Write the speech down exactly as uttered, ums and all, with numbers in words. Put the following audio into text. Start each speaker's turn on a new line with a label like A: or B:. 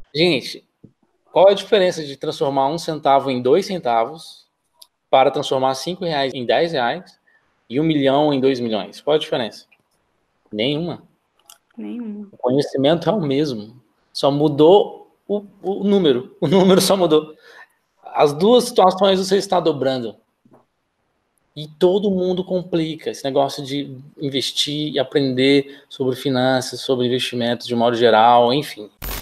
A: Gente, qual é a diferença de transformar um centavo em dois centavos para transformar cinco reais em dez reais e um milhão em dois milhões? Qual é a diferença? Nenhuma.
B: Nenhuma.
A: O conhecimento é o mesmo. Só mudou o, o número. O número só mudou. As duas situações você está dobrando. E todo mundo complica esse negócio de investir e aprender sobre finanças, sobre investimentos de modo geral, enfim.